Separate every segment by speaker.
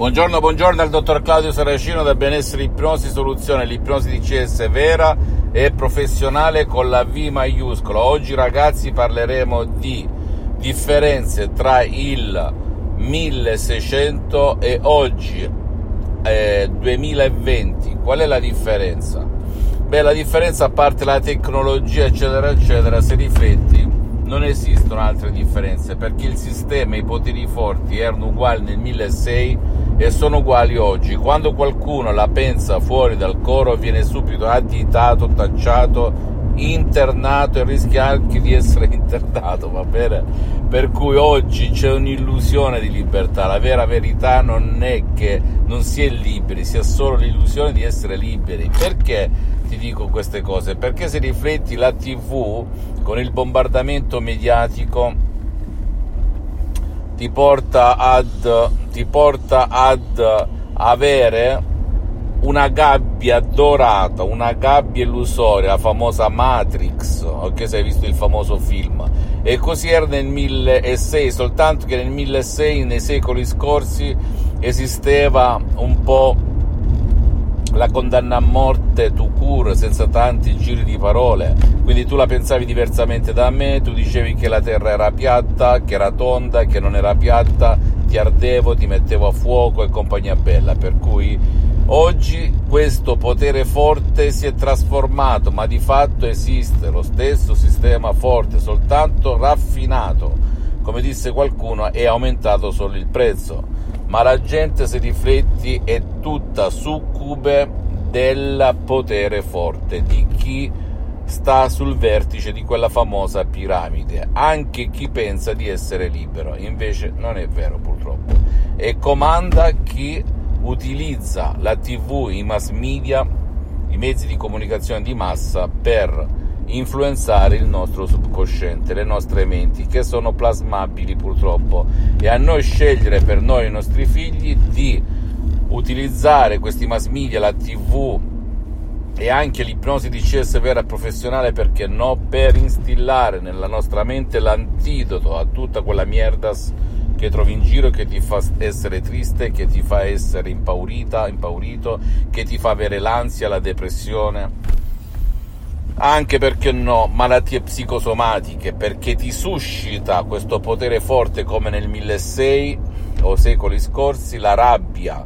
Speaker 1: Buongiorno al dottor Claudio Saracino da Benessere Ipnosi Soluzione, l'ipnosi DCS vera e professionale con la V maiuscola. Oggi ragazzi parleremo di differenze tra il 1600 e oggi 2020. Qual è la differenza? La differenza, a parte la tecnologia eccetera eccetera, se rifletti non esistono altre differenze, perché il sistema e i poteri forti erano uguali nel 1600 e sono uguali oggi. Quando qualcuno la pensa fuori dal coro viene subito additato, tacciato, internato e rischia anche di essere internato, va bene? Per cui oggi c'è un'illusione di libertà. La vera verità non è che non si è liberi, si ha solo l'illusione di essere liberi. Perché ti dico queste cose? Perché se rifletti la TV con il bombardamento mediatico ti porta ad avere una gabbia dorata, una gabbia illusoria, la famosa Matrix, ok, se hai visto il famoso film. E così era nel 1600, soltanto che nel 1600, nei secoli scorsi, esisteva un po' la condanna a morte tout court, senza tanti giri di parole. Quindi tu la pensavi diversamente da me, tu dicevi che la terra era piatta, che era tonda, che non era piatta, ti ardevo, ti mettevo a fuoco e compagnia bella. Per cui oggi questo potere forte si è trasformato, ma di fatto esiste lo stesso sistema forte, soltanto raffinato. Come disse qualcuno, è aumentato solo il prezzo. Ma la gente, se rifletti, è tutta succube del potere forte, di chi sta sul vertice di quella famosa piramide, anche chi pensa di essere libero. Invece non è vero, purtroppo, e comanda chi utilizza la TV, i mass media, i mezzi di comunicazione di massa per influenzare il nostro subconsciente, le nostre menti, che sono plasmabili purtroppo, e a noi scegliere per noi e i nostri figli di utilizzare questi mass media, la TV e anche l'ipnosi DCS vera e professionale, perché no, per instillare nella nostra mente l'antidoto a tutta quella mierdas che trovi in giro, che ti fa essere triste, che ti fa essere impaurito, che ti fa avere l'ansia, la depressione, anche, perché no, malattie psicosomatiche, perché ti suscita questo potere forte come nel 1600 o secoli scorsi, la rabbia.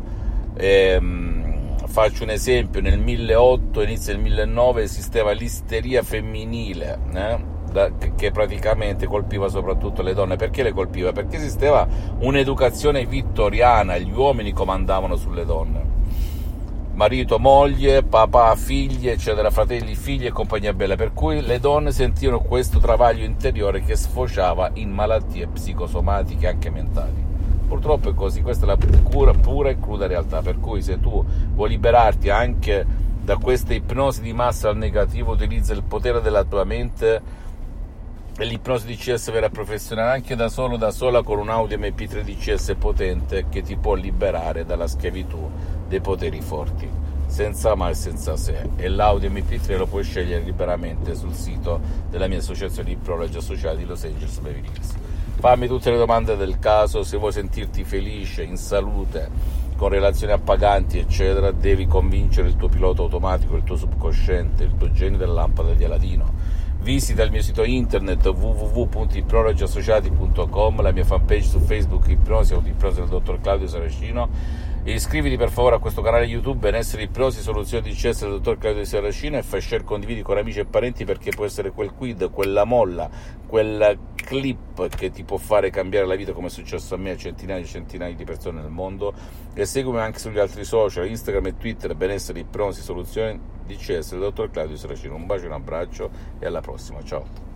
Speaker 1: Faccio un esempio: nel 1800, inizio del 1900, esisteva l'isteria femminile, che praticamente colpiva soprattutto le donne. Perché le colpiva? Perché esisteva un'educazione vittoriana, gli uomini comandavano sulle donne, marito, moglie, papà, figli, eccetera, fratelli, figli e compagnia bella. Per cui le donne sentivano questo travaglio interiore che sfociava in malattie psicosomatiche, anche mentali. Purtroppo è così, questa è la pura e cruda realtà. Per cui se tu vuoi liberarti anche da queste ipnosi di massa al negativo, utilizza il potere della tua mente e l'ipnosi DCS vera professionale, anche da sola, con un audio MP3 DCS potente che ti può liberare dalla schiavitù dei poteri forti, senza ma e senza se. E l'audio MP3 lo puoi scegliere liberamente sul sito della mia associazione Ipnologi Associati di Los Angeles Beverly Hills. Fammi tutte le domande del caso. Se vuoi sentirti felice, in salute, con relazioni appaganti eccetera, devi convincere il tuo pilota automatico, il tuo subconsciente, il tuo genio della lampada di Aladino. Visita il mio sito internet www.ipnologiassociati.com, la mia fanpage su Facebook Ipnosi del dottor Claudio Saracino, e iscriviti per favore a questo canale YouTube Benessere Ipnosi Soluzioni DCS del dottor Claudio Saracino, e fai share, condividi con amici e parenti, perché può essere quel quid, quella molla, quel clip che ti può fare cambiare la vita, come è successo a me, a centinaia e centinaia di persone nel mondo. E seguimi anche sugli altri social, Instagram e Twitter, Benessere Ipnosi Soluzioni DCS del dottor Claudio Saracino. Un bacio, un abbraccio e alla prossima, ciao.